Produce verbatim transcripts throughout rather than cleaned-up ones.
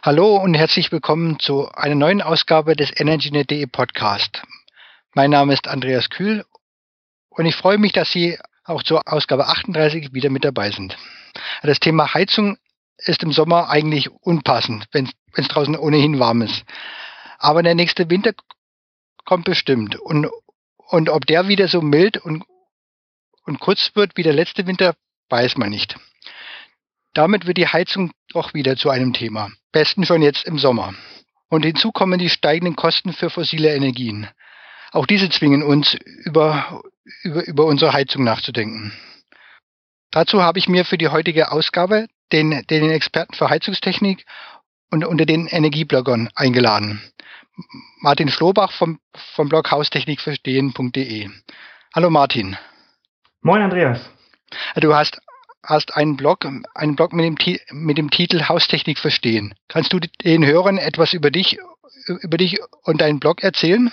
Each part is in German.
Hallo und herzlich willkommen zu einer neuen Ausgabe des EnergyNet punkt de Podcast. Mein Name ist Andreas Kühl und ich freue mich, dass Sie auch zur Ausgabe achtunddreißig wieder mit dabei sind. Das Thema Heizung ist im Sommer eigentlich unpassend, wenn es draußen ohnehin warm ist. Aber der nächste Winter kommt bestimmt. Und, und ob der wieder so mild und, und kurz wird wie der letzte Winter, weiß man nicht. Damit wird die Heizung doch wieder zu einem Thema. Besten schon jetzt im Sommer. Und hinzu kommen die steigenden Kosten für fossile Energien. Auch diese zwingen uns, über, über, über unsere Heizung nachzudenken. Dazu habe ich mir für die heutige Ausgabe den, den Experten für Heizungstechnik und unter den Energiebloggern eingeladen. Martin Schlobach vom, vom Blog haustechnik verstehen punkt de. Hallo Martin. Moin Andreas. Du hast hast einen Blog, einen Blog mit dem, mit dem Titel Haustechnik verstehen. Kannst du den Hörern etwas über dich, über dich und deinen Blog erzählen?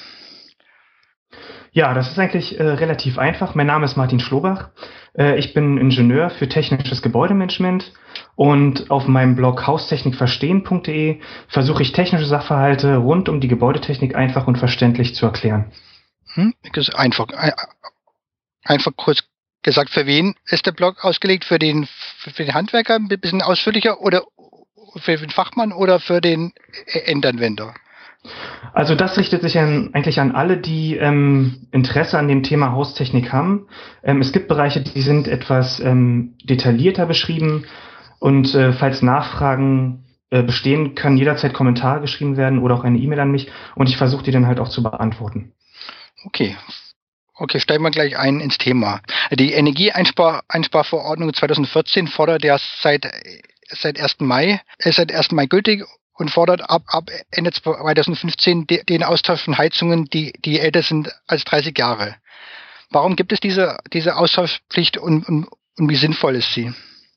Ja, das ist eigentlich äh, relativ einfach. Mein Name ist Martin Schlobach. Äh, ich bin Ingenieur für technisches Gebäudemanagement und auf meinem Blog haustechnik verstehen punkt de versuche ich technische Sachverhalte rund um die Gebäudetechnik einfach und verständlich zu erklären. Hm, das ist einfach, einfach kurz gesagt, für wen ist der Blog ausgelegt? Für den, für den Handwerker ein bisschen ausführlicher oder für den Fachmann oder für den Endanwender? Also das richtet sich an, eigentlich an alle, die ähm, Interesse an dem Thema Haustechnik haben. Ähm, es gibt Bereiche, die sind etwas ähm, detaillierter beschrieben und äh, falls Nachfragen äh, bestehen, können jederzeit Kommentare geschrieben werden oder auch eine E-Mail an mich und ich versuche die dann halt auch zu beantworten. Okay. Okay, steigen wir gleich ein ins Thema. Die Energieeinsparverordnung zweitausendvierzehn fordert ja seit, seit ersten Mai, ist seit ersten Mai gültig und fordert ab, ab Ende zweitausendfünfzehn de, den Austausch von Heizungen, die, die älter sind als dreißig Jahre. Warum gibt es diese, diese Austauschpflicht und, und, und wie sinnvoll ist sie?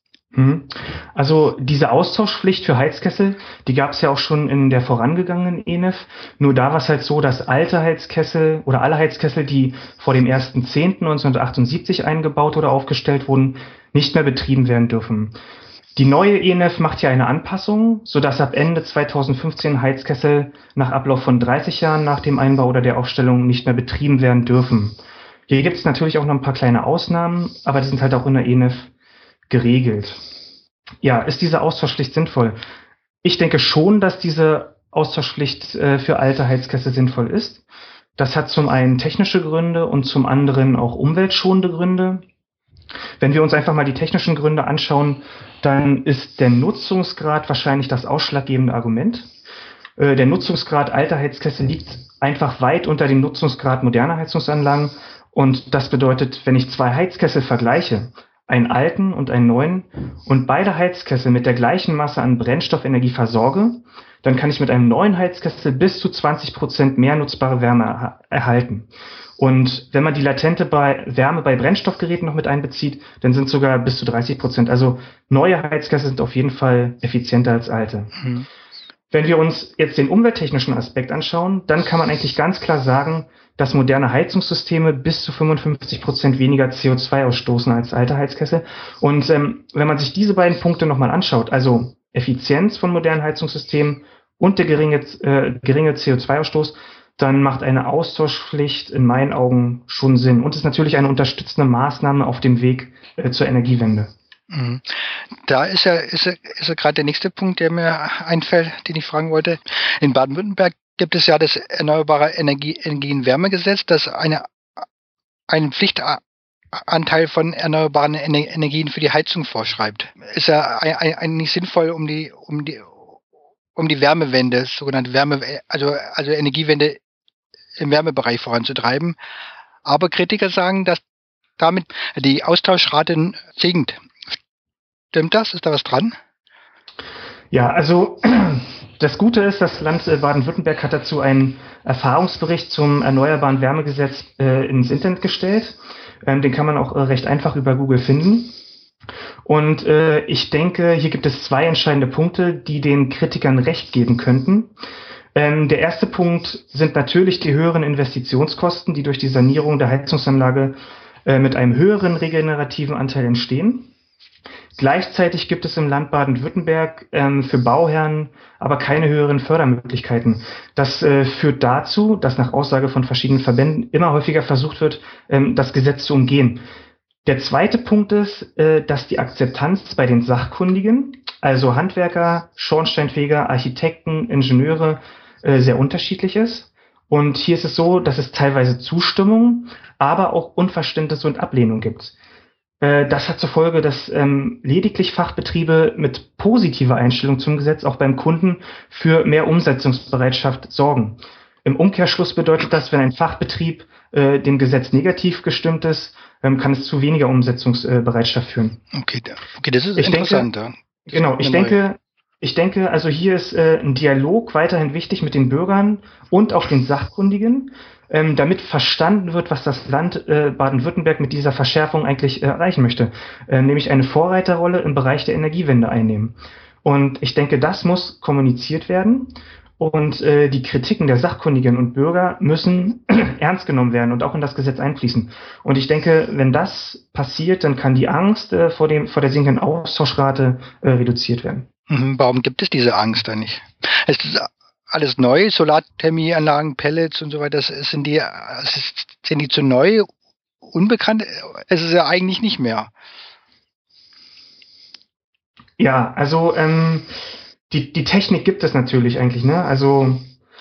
Also diese Austauschpflicht für Heizkessel, die gab es ja auch schon in der vorangegangenen E N E F. Nur da war es halt so, dass alte Heizkessel oder alle Heizkessel, die vor dem ersten zehnten neunzehnhundertachtundsiebzig eingebaut oder aufgestellt wurden, nicht mehr betrieben werden dürfen. Die neue E N E F macht ja eine Anpassung, sodass ab Ende zweitausendfünfzehn Heizkessel nach Ablauf von dreißig Jahren nach dem Einbau oder der Aufstellung nicht mehr betrieben werden dürfen. Hier gibt es natürlich auch noch ein paar kleine Ausnahmen, aber die sind halt auch in der E N E F geregelt. Ja, ist diese Austauschpflicht sinnvoll? Ich denke schon, dass diese Austauschpflicht äh, für alte Heizkessel sinnvoll ist. Das hat zum einen technische Gründe und zum anderen auch umweltschonende Gründe. Wenn wir uns einfach mal die technischen Gründe anschauen, dann ist der Nutzungsgrad wahrscheinlich das ausschlaggebende Argument. Äh, der Nutzungsgrad alter Heizkessel liegt einfach weit unter dem Nutzungsgrad moderner Heizungsanlagen und das bedeutet, wenn ich zwei Heizkessel vergleiche, einen alten und einen neuen und beide Heizkessel mit der gleichen Masse an Brennstoffenergie versorge, dann kann ich mit einem neuen Heizkessel bis zu zwanzig Prozent mehr nutzbare Wärme er- erhalten. Und wenn man die latente bei Wärme bei Brennstoffgeräten noch mit einbezieht, dann sind sogar bis zu dreißig Prozent. Also neue Heizkessel sind auf jeden Fall effizienter als alte. Mhm. Wenn wir uns jetzt den umwelttechnischen Aspekt anschauen, dann kann man eigentlich ganz klar sagen, dass moderne Heizungssysteme bis zu fünfundfünfzig Prozent weniger C O zwei ausstoßen als alte Heizkessel. Und ähm, wenn man sich diese beiden Punkte nochmal anschaut, also Effizienz von modernen Heizungssystemen und der geringe, äh, geringe C O zwei Ausstoß, dann macht eine Austauschpflicht in meinen Augen schon Sinn und ist natürlich eine unterstützende Maßnahme auf dem Weg äh, zur Energiewende. Da ist ja, ist ja, ist ja gerade der nächste Punkt, der mir einfällt, den ich fragen wollte. In Baden-Württemberg gibt es ja das Erneuerbare Energie, Energienwärmegesetz, das eine, einen Pflichtanteil von erneuerbaren Energien für die Heizung vorschreibt. Ist ja eigentlich sinnvoll, um die, um die, um die Wärmewende, sogenannte Wärme, also, also Energiewende im Wärmebereich voranzutreiben. Aber Kritiker sagen, dass damit die Austauschrate sinkt. Stimmt das? Ist da was dran? Ja, also das Gute ist, das Land Baden-Württemberg hat dazu einen Erfahrungsbericht zum Erneuerbaren Wärmegesetz äh, ins Internet gestellt. Ähm, den kann man auch äh, recht einfach über Google finden. Und äh, ich denke, hier gibt es zwei entscheidende Punkte, die den Kritikern recht geben könnten. Ähm, der erste Punkt sind natürlich die höheren Investitionskosten, die durch die Sanierung der Heizungsanlage äh, mit einem höheren regenerativen Anteil entstehen. Gleichzeitig gibt es im Land Baden-Württemberg ähm, für Bauherren aber keine höheren Fördermöglichkeiten. Das äh, führt dazu, dass nach Aussage von verschiedenen Verbänden immer häufiger versucht wird, ähm, das Gesetz zu umgehen. Der zweite Punkt ist, äh, dass die Akzeptanz bei den Sachkundigen, also Handwerker, Schornsteinfeger, Architekten, Ingenieure, äh, sehr unterschiedlich ist. Und hier ist es so, dass es teilweise Zustimmung, aber auch Unverständnis und Ablehnung gibt. Das hat zur Folge, dass ähm, lediglich Fachbetriebe mit positiver Einstellung zum Gesetz auch beim Kunden für mehr Umsetzungsbereitschaft sorgen. Im Umkehrschluss bedeutet das, wenn ein Fachbetrieb äh, dem Gesetz negativ gestimmt ist, ähm, kann es zu weniger Umsetzungsbereitschaft führen. Okay, okay, das ist ich interessant. Denke, genau, ich denke, ich denke, also hier ist äh, ein Dialog weiterhin wichtig mit den Bürgern und auch den Sachkundigen, ähm, damit verstanden wird, was das Land äh, Baden-Württemberg mit dieser Verschärfung eigentlich äh, erreichen möchte, äh, nämlich eine Vorreiterrolle im Bereich der Energiewende einnehmen. Und ich denke, das muss kommuniziert werden und äh, die Kritiken der Sachkundigen und Bürger müssen ernst genommen werden und auch in das Gesetz einfließen. Und ich denke, wenn das passiert, dann kann die Angst äh, vor dem vor der sinkenden Austauschrate äh, reduziert werden. Warum gibt es diese Angst da nicht? Es ist alles neu, Solarthermieanlagen, Pellets und so weiter, sind die, sind die zu neu, unbekannt? Es ist ja eigentlich nicht mehr. Ja, also ähm, die, die Technik gibt es natürlich eigentlich, ne? Also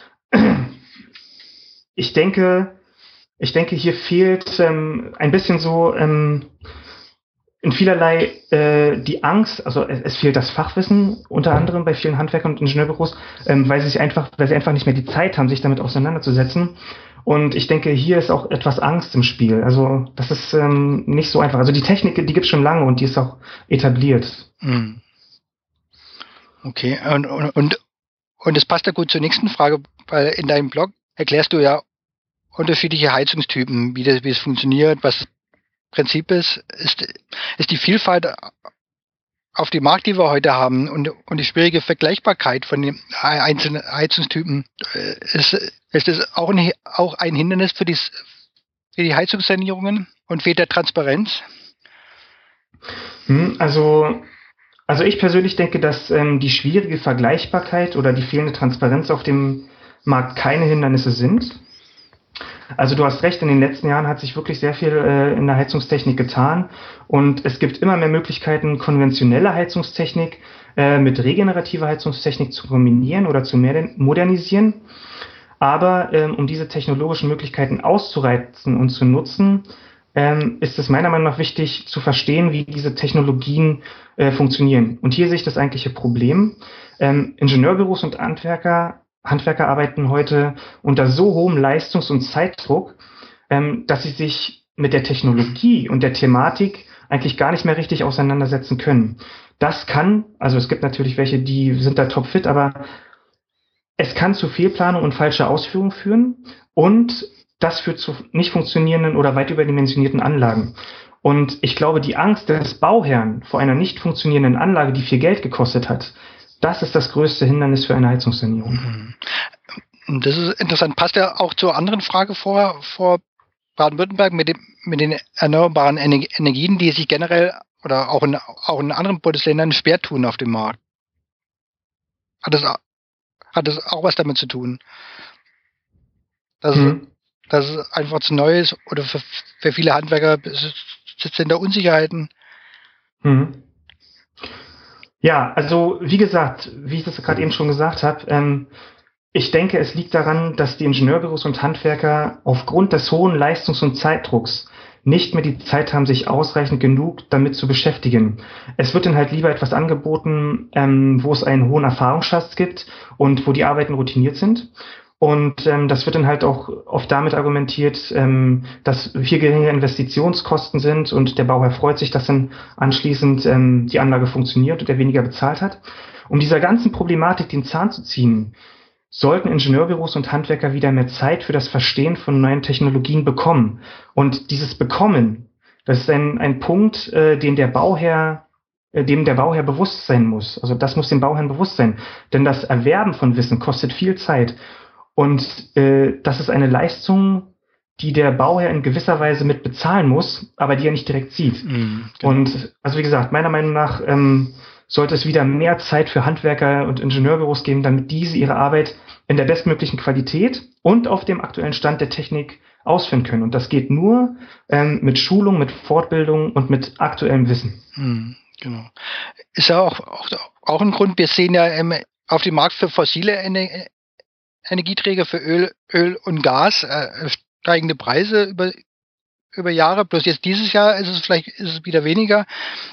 ich denke, ich denke, hier fehlt ähm, ein bisschen so ähm, in vielerlei äh, die Angst, also es, es fehlt das Fachwissen, unter anderem bei vielen Handwerkern und Ingenieurbüros, ähm, weil sie sich einfach, weil sie einfach nicht mehr die Zeit haben, sich damit auseinanderzusetzen. Und ich denke, hier ist auch etwas Angst im Spiel. Also das ist ähm, nicht so einfach. Also die Technik, die gibt es schon lange und die ist auch etabliert. Mhm. Okay, und, und, und, und das passt ja gut zur nächsten Frage, weil in deinem Blog erklärst du ja unterschiedliche Heizungstypen, wie das, wie es funktioniert, was Prinzip ist, ist, ist die Vielfalt auf dem Markt, die wir heute haben und, und die schwierige Vergleichbarkeit von den einzelnen Heizungstypen. Ist, ist das auch ein, auch ein Hindernis für die, für die Heizungssanierungen und fehlt der Transparenz? Also, also ich persönlich denke, dass ähm, die schwierige Vergleichbarkeit oder die fehlende Transparenz auf dem Markt keine Hindernisse sind. Also du hast recht, in den letzten Jahren hat sich wirklich sehr viel äh, in der Heizungstechnik getan und es gibt immer mehr Möglichkeiten, konventionelle Heizungstechnik äh, mit regenerativer Heizungstechnik zu kombinieren oder zu modernisieren. Aber ähm, um diese technologischen Möglichkeiten auszureizen und zu nutzen, ähm, ist es meiner Meinung nach wichtig zu verstehen, wie diese Technologien äh, funktionieren. Und hier sehe ich das eigentliche Problem. Ähm, Ingenieurbüros und Handwerker Handwerker arbeiten heute unter so hohem Leistungs- und Zeitdruck, ähm, dass sie sich mit der Technologie und der Thematik eigentlich gar nicht mehr richtig auseinandersetzen können. Das kann, also es gibt natürlich welche, die sind da topfit, aber es kann zu Fehlplanung und falscher Ausführung führen und das führt zu nicht funktionierenden oder weit überdimensionierten Anlagen. Und ich glaube, die Angst des Bauherrn vor einer nicht funktionierenden Anlage, die viel Geld gekostet hat, das ist das größte Hindernis für eine Heizungssanierung. Das ist interessant. Passt ja auch zur anderen Frage vor, vor Baden-Württemberg mit, dem, mit den erneuerbaren Energien, die sich generell oder auch in, auch in anderen Bundesländern schwer tun auf dem Markt. Hat das, hat das auch was damit zu tun? Dass, hm. es, dass es einfach zu neu ist oder für, für viele Handwerker sitzt in der Unsicherheiten? Hm. Ja, also wie gesagt, wie ich das gerade eben schon gesagt habe, ähm, ich denke, es liegt daran, dass die Ingenieurbüros und Handwerker aufgrund des hohen Leistungs- und Zeitdrucks nicht mehr die Zeit haben, sich ausreichend genug damit zu beschäftigen. Es wird dann halt lieber etwas angeboten, ähm, wo es einen hohen Erfahrungsschatz gibt und wo die Arbeiten routiniert sind. Und ähm, das wird dann halt auch oft damit argumentiert, ähm, dass viel geringe Investitionskosten sind und der Bauherr freut sich, dass dann anschließend ähm, die Anlage funktioniert und er weniger bezahlt hat. Um dieser ganzen Problematik den Zahn zu ziehen, sollten Ingenieurbüros und Handwerker wieder mehr Zeit für das Verstehen von neuen Technologien bekommen. Und dieses Bekommen, das ist ein, ein Punkt, äh, den der Bauherr dem der Bauherr bewusst sein muss. Also das muss dem Bauherrn bewusst sein. Denn das Erwerben von Wissen kostet viel Zeit. Und äh, das ist eine Leistung, die der Bauherr in gewisser Weise mit bezahlen muss, aber die er nicht direkt sieht. Mhm, genau. Und also wie gesagt, meiner Meinung nach ähm, sollte es wieder mehr Zeit für Handwerker und Ingenieurbüros geben, damit diese ihre Arbeit in der bestmöglichen Qualität und auf dem aktuellen Stand der Technik ausführen können. Und das geht nur ähm, mit Schulung, mit Fortbildung und mit aktuellem Wissen. Mhm, genau. Ist ja auch, auch, auch ein Grund, wir sehen ja ähm, auf dem Markt für fossile Ener- Energieträger, für Öl, Öl und Gas, äh, steigende Preise über, über Jahre. Bloß jetzt dieses Jahr ist es vielleicht ist es wieder weniger.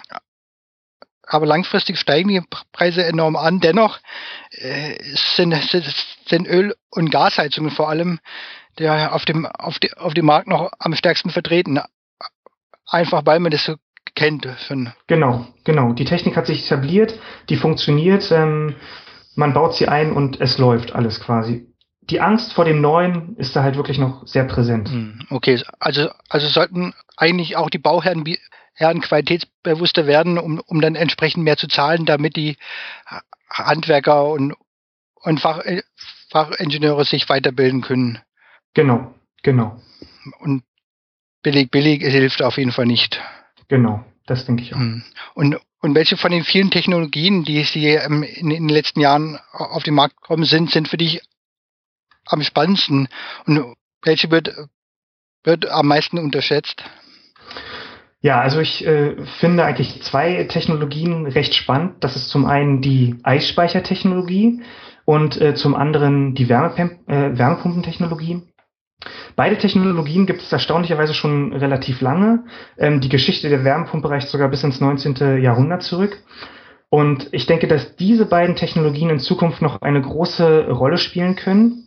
Aber langfristig steigen die Preise enorm an. Dennoch äh, sind, sind, sind Öl- und Gasheizungen vor allem der auf dem, auf, die, auf dem Markt noch am stärksten vertreten. Einfach weil man das so kennt. Von genau, genau. Die Technik hat sich etabliert, die funktioniert, ähm, man baut sie ein und es läuft alles quasi. Die Angst vor dem Neuen ist da halt wirklich noch sehr präsent. Okay, also, also sollten eigentlich auch die Bauherren Herren qualitätsbewusster werden, um, um dann entsprechend mehr zu zahlen, damit die Handwerker und, und Fach, Fachingenieure sich weiterbilden können. Genau, genau. Und billig, billig hilft auf jeden Fall nicht. Genau, das denke ich auch. Und, und welche von den vielen Technologien, die Sie in, in den letzten Jahren auf den Markt gekommen sind, sind für dich am spannendsten? Und welche wird, wird am meisten unterschätzt? Ja, also ich äh, finde eigentlich zwei Technologien recht spannend. Das ist zum einen die Eisspeichertechnologie und äh, zum anderen die Wärmepump- äh, Wärmepumpentechnologie. Beide Technologien gibt es erstaunlicherweise schon relativ lange. Ähm, die Geschichte der Wärmepumpe reicht sogar bis ins neunzehnten Jahrhundert zurück. Und ich denke, dass diese beiden Technologien in Zukunft noch eine große Rolle spielen können.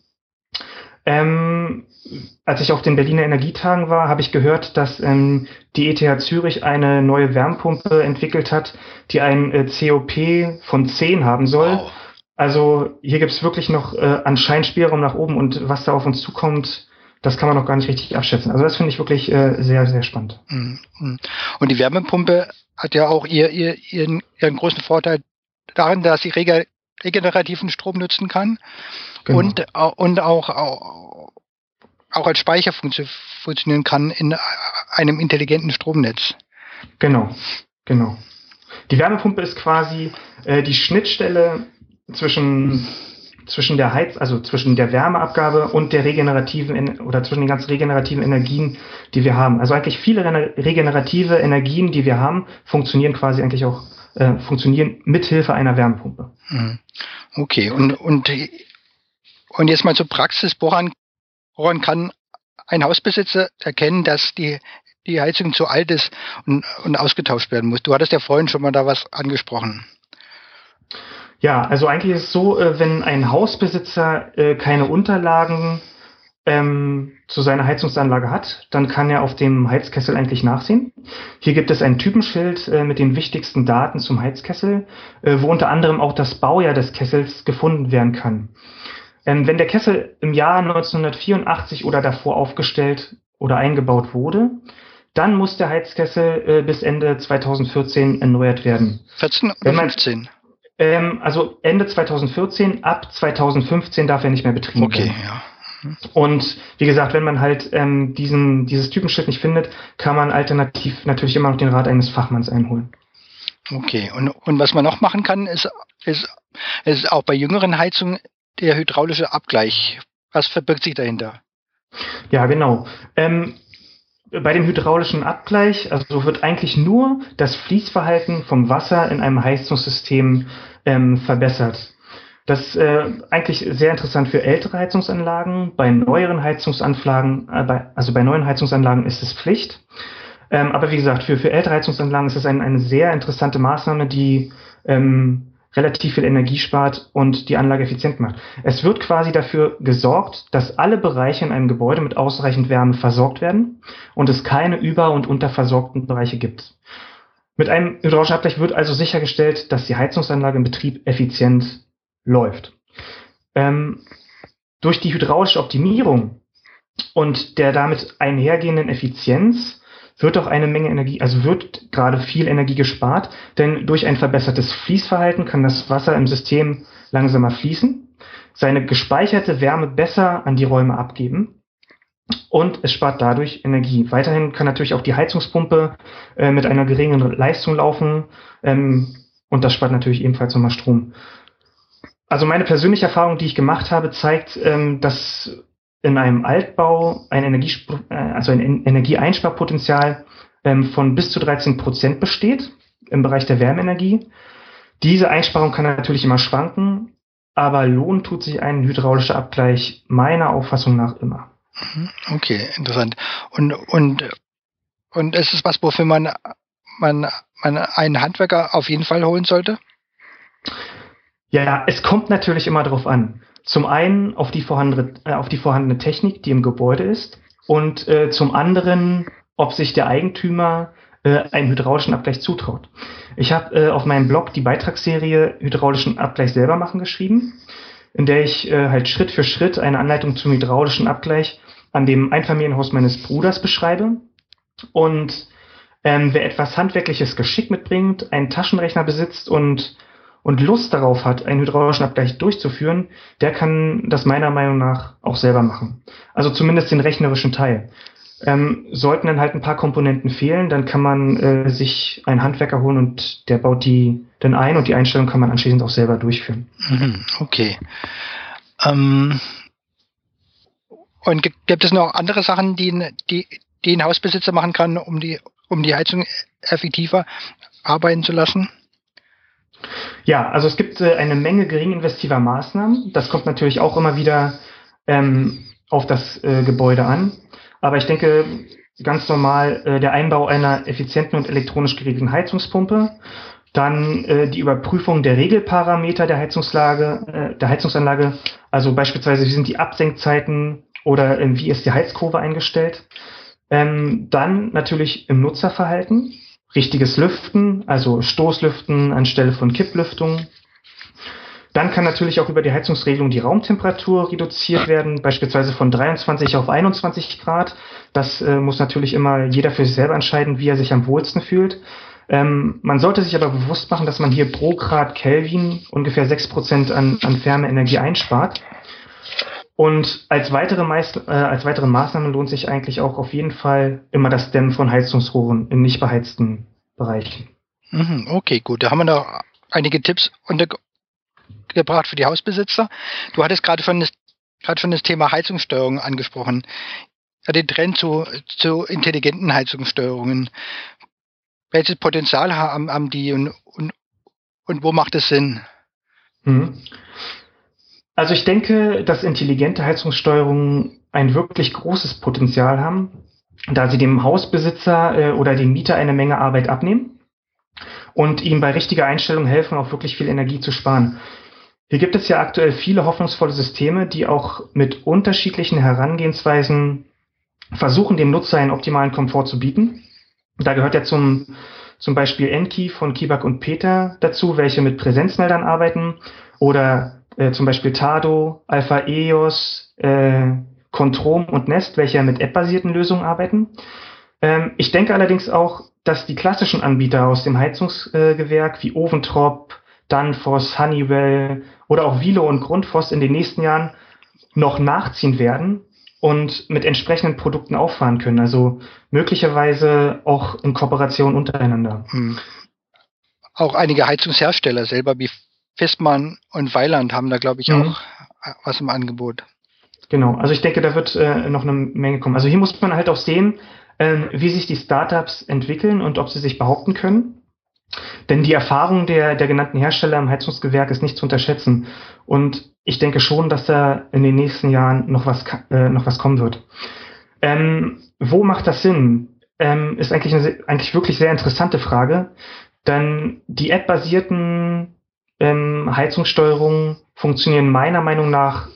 Ähm, als ich auf den Berliner Energietagen war, habe ich gehört, dass ähm, die E T H Zürich eine neue Wärmepumpe entwickelt hat, die ein äh, C O P von zehn haben soll. Wow. Also hier gibt es wirklich noch äh, anscheinend Spielraum nach oben und was da auf uns zukommt, das kann man noch gar nicht richtig abschätzen. Also das finde ich wirklich äh, sehr, sehr spannend. Und die Wärmepumpe hat ja auch ihr, ihr, ihren, ihren großen Vorteil darin, dass sie reg- regenerativen Strom nutzen kann. Genau. Und, und auch, auch, auch als Speicher funktio- funktionieren kann in einem intelligenten Stromnetz. Genau, genau. Die Wärmepumpe ist quasi äh, die Schnittstelle zwischen, zwischen der Heiz, also zwischen der Wärmeabgabe und der regenerativen oder zwischen den ganzen regenerativen Energien, die wir haben. Also eigentlich viele regenerative Energien, die wir haben, funktionieren quasi eigentlich auch äh, funktionieren mithilfe einer Wärmepumpe. Okay, und und Und jetzt mal zur Praxis. Woran, woran kann ein Hausbesitzer erkennen, dass die, die Heizung zu alt ist und, und ausgetauscht werden muss? Du hattest ja vorhin schon mal da was angesprochen. Ja, also eigentlich ist es so, wenn ein Hausbesitzer keine Unterlagen ähm, zu seiner Heizungsanlage hat, dann kann er auf dem Heizkessel eigentlich nachsehen. Hier gibt es ein Typenschild äh, mit den wichtigsten Daten zum Heizkessel, äh, wo unter anderem auch das Baujahr des Kessels gefunden werden kann. Ähm, wenn der Kessel im Jahr neunzehnhundertvierundachtzig oder davor aufgestellt oder eingebaut wurde, dann muss der Heizkessel äh, bis Ende zweitausendvierzehn erneuert werden. vierzehn oder man, fünfzehn? Ähm, also Ende zweitausendvierzehn, ab zweitausendfünfzehn darf er nicht mehr betrieben okay, werden. Okay, ja. Und wie gesagt, wenn man halt ähm, diesen, dieses Typenschild nicht findet, kann man alternativ natürlich immer noch den Rat eines Fachmanns einholen. Okay, und, und was man noch machen kann, ist, ist, ist auch bei jüngeren Heizungen der hydraulische Abgleich. Was verbirgt sich dahinter? Ja, genau. Ähm, bei dem hydraulischen Abgleich, also wird eigentlich nur das Fließverhalten vom Wasser in einem Heizungssystem ähm, verbessert. Das ist äh, eigentlich sehr interessant für ältere Heizungsanlagen. Bei neueren Heizungsanlagen, äh, bei, also bei neuen Heizungsanlagen ist es Pflicht. Ähm, aber wie gesagt, für, für ältere Heizungsanlagen ist es ein, eine sehr interessante Maßnahme, die ähm, relativ viel Energie spart und die Anlage effizient macht. Es wird quasi dafür gesorgt, dass alle Bereiche in einem Gebäude mit ausreichend Wärme versorgt werden und es keine über- und unterversorgten Bereiche gibt. Mit einem hydraulischen Abgleich wird also sichergestellt, dass die Heizungsanlage im Betrieb effizient läuft. Ähm, durch die hydraulische Optimierung und der damit einhergehenden Effizienz wird auch eine Menge Energie, also wird gerade viel Energie gespart, denn durch ein verbessertes Fließverhalten kann das Wasser im System langsamer fließen, seine gespeicherte Wärme besser an die Räume abgeben und es spart dadurch Energie. Weiterhin kann natürlich auch die Heizungspumpe äh, mit einer geringeren Leistung laufen ähm, und das spart natürlich ebenfalls nochmal Strom. Also meine persönliche Erfahrung, die ich gemacht habe, zeigt, ähm, dass in einem Altbau ein, Energiespr- äh, also ein Energieeinsparpotenzial ähm, von bis zu dreizehn Prozent besteht im Bereich der Wärmeenergie. Diese Einsparung kann natürlich immer schwanken, aber lohnen tut sich ein hydraulischer Abgleich meiner Auffassung nach immer. Okay, interessant. Und, und, und ist es was, wofür man, man, man einen Handwerker auf jeden Fall holen sollte? Ja, es kommt natürlich immer darauf an. Zum einen auf die vorhandene, äh, auf die vorhandene Technik, die im Gebäude ist, und äh, zum anderen, ob sich der Eigentümer äh, einen hydraulischen Abgleich zutraut. Ich habe äh, auf meinem Blog die Beitragsserie Hydraulischen Abgleich selber machen geschrieben, in der ich äh, halt Schritt für Schritt eine Anleitung zum hydraulischen Abgleich an dem Einfamilienhaus meines Bruders beschreibe. Und ähm, wer etwas handwerkliches Geschick mitbringt, einen Taschenrechner besitzt und und Lust darauf hat, einen hydraulischen Abgleich durchzuführen, der kann das meiner Meinung nach auch selber machen. Also zumindest den rechnerischen Teil. Ähm, sollten dann halt ein paar Komponenten fehlen, dann kann man äh, sich einen Handwerker holen und der baut die dann ein und die Einstellung kann man anschließend auch selber durchführen. Mhm, okay. Ähm, und gibt, gibt es noch andere Sachen, die, die, die ein Hausbesitzer machen kann, um die, um die Heizung effektiver arbeiten zu lassen? Ja, also es gibt äh, eine Menge gering investiver Maßnahmen. Das kommt natürlich auch immer wieder ähm, auf das äh, Gebäude an. Aber ich denke, ganz normal äh, der Einbau einer effizienten und elektronisch geregelten Heizungspumpe, dann äh, die Überprüfung der Regelparameter der Heizungslage, äh, der Heizungsanlage, also beispielsweise wie sind die Absenkzeiten oder äh, wie ist die Heizkurve eingestellt. Ähm, dann natürlich im Nutzerverhalten. Richtiges Lüften, also Stoßlüften anstelle von Kipplüftung. Dann kann natürlich auch über die Heizungsregelung die Raumtemperatur reduziert werden, beispielsweise von dreiundzwanzig auf einundzwanzig Grad. Das äh, muss natürlich immer jeder für sich selber entscheiden, wie er sich am wohlsten fühlt. Ähm, man sollte sich aber bewusst machen, dass man hier pro Grad Kelvin ungefähr sechs Prozent an, an Wärmeenergie einspart. Und als weitere, Meist, äh, als weitere Maßnahmen lohnt sich eigentlich auch auf jeden Fall immer das Dämmen von Heizungsrohren in nicht beheizten Bereichen. Mhm, okay, gut. Da haben wir noch einige Tipps untergebracht für die Hausbesitzer. Du hattest gerade schon das, gerade schon das Thema Heizungssteuerung angesprochen. Ja, den Trend zu, zu intelligenten Heizungssteuerungen. Welches Potenzial haben, haben die und, und, und wo macht es Sinn? Mhm. Also ich denke, dass intelligente Heizungssteuerungen ein wirklich großes Potenzial haben, da sie dem Hausbesitzer äh, oder dem Mieter eine Menge Arbeit abnehmen und ihm bei richtiger Einstellung helfen, auch wirklich viel Energie zu sparen. Hier gibt es ja aktuell viele hoffnungsvolle Systeme, die auch mit unterschiedlichen Herangehensweisen versuchen, dem Nutzer einen optimalen Komfort zu bieten. Da gehört ja zum, zum Beispiel Enki von Kibak und Peter dazu, welche mit Präsenzmeldern arbeiten, oder äh, zum Beispiel Tado, Alpha E O S, äh, Controm und Nest, welche mit App-basierten Lösungen arbeiten. Ähm, ich denke allerdings auch, dass die klassischen Anbieter aus dem Heizungsgewerk äh, wie Oventrop, Danfoss, Honeywell oder auch Vilo und Grundfos in den nächsten Jahren noch nachziehen werden und mit entsprechenden Produkten auffahren können. Also möglicherweise auch in Kooperation untereinander. Hm. Auch einige Heizungshersteller selber wie Fissmann und Weiland haben da, glaube ich, mhm. auch was im Angebot. Genau, also ich denke, da wird äh, noch eine Menge kommen. Also hier muss man halt auch sehen, äh, wie sich die Startups entwickeln und ob sie sich behaupten können. Denn die Erfahrung der, der genannten Hersteller im Heizungsgewerk ist nicht zu unterschätzen. Und ich denke schon, dass da in den nächsten Jahren noch was, äh, noch was kommen wird. Ähm, wo macht das Sinn? Ähm, ist eigentlich eine eigentlich wirklich sehr interessante Frage. Denn die App-basierten ähm, Heizungssteuerungen funktionieren meiner Meinung nach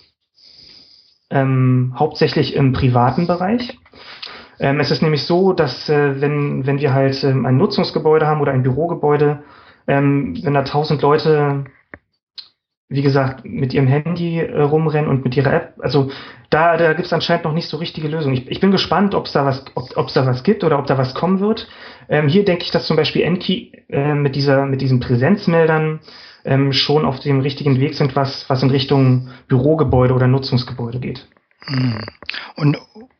ähm, hauptsächlich im privaten Bereich. Ähm, es ist nämlich so, dass äh, wenn, wenn wir halt ähm, ein Nutzungsgebäude haben oder ein Bürogebäude, ähm, wenn da tausend Leute, wie gesagt, mit ihrem Handy äh, rumrennen und mit ihrer App, also da, da gibt es anscheinend noch nicht so richtige Lösungen. Ich, ich bin gespannt, ob es da was, ob es da was gibt oder ob da was kommen wird. Ähm, hier denke ich, dass zum Beispiel Enki äh, mit dieser, mit diesen Präsenzmeldern ähm, schon auf dem richtigen Weg sind, was, was in Richtung Bürogebäude oder Nutzungsgebäude geht. Und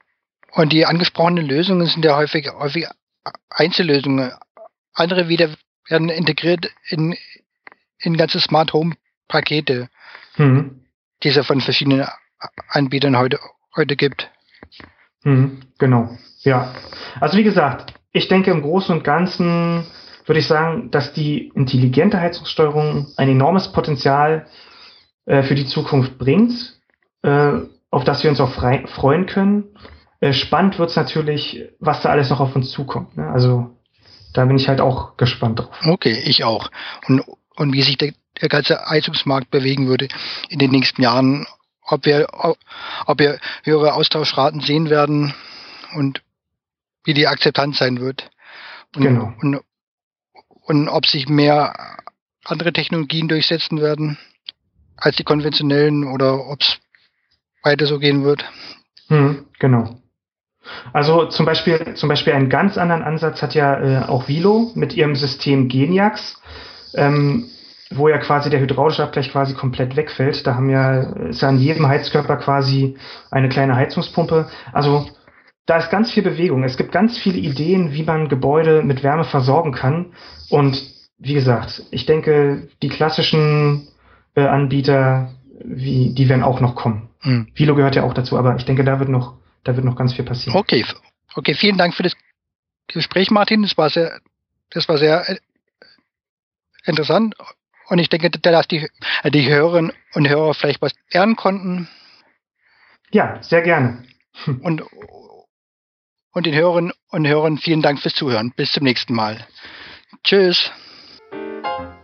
Und die angesprochenen Lösungen sind ja häufig, häufig Einzellösungen. Andere wieder werden integriert in, in ganze Smart Home Pakete, Mhm. die es ja von verschiedenen Anbietern heute, heute gibt. Mhm. Genau. Ja. Also wie gesagt, ich denke im Großen und Ganzen würde ich sagen, dass die intelligente Heizungssteuerung ein enormes Potenzial äh, für die Zukunft bringt, äh, auf das wir uns auch frei, freuen können. Äh, spannend wird es natürlich, was da alles noch auf uns zukommt. Ne? Also da bin ich halt auch gespannt drauf. Okay, ich auch. Und, und wie sich der, der ganze Heizungsmarkt bewegen würde in den nächsten Jahren, ob wir, ob, ob wir höhere Austauschraten sehen werden und wie die Akzeptanz sein wird. Und, Genau. und, und ob sich mehr andere Technologien durchsetzen werden als die konventionellen oder ob es weiter so gehen wird. Hm, genau. Also zum Beispiel, zum Beispiel einen ganz anderen Ansatz hat ja äh, auch Vilo mit ihrem System Geniax, ähm, wo ja quasi der hydraulische Abgleich quasi komplett wegfällt. Da haben ja, ist ja an jedem Heizkörper quasi eine kleine Heizungspumpe. Also da ist ganz viel Bewegung. Es gibt ganz viele Ideen, wie man Gebäude mit Wärme versorgen kann. Und wie gesagt, ich denke, die klassischen äh, Anbieter, wie, die werden auch noch kommen. Hm. Vilo gehört ja auch dazu, aber ich denke, da wird noch, da wird noch ganz viel passieren. Okay, okay, vielen Dank für das Gespräch, Martin. Das war sehr, das war sehr interessant. Und ich denke, dass die, die Hörerinnen und Hörer vielleicht was lernen konnten. Ja, sehr gerne. Und, und den Hörerinnen und Hörern vielen Dank fürs Zuhören. Bis zum nächsten Mal. Tschüss.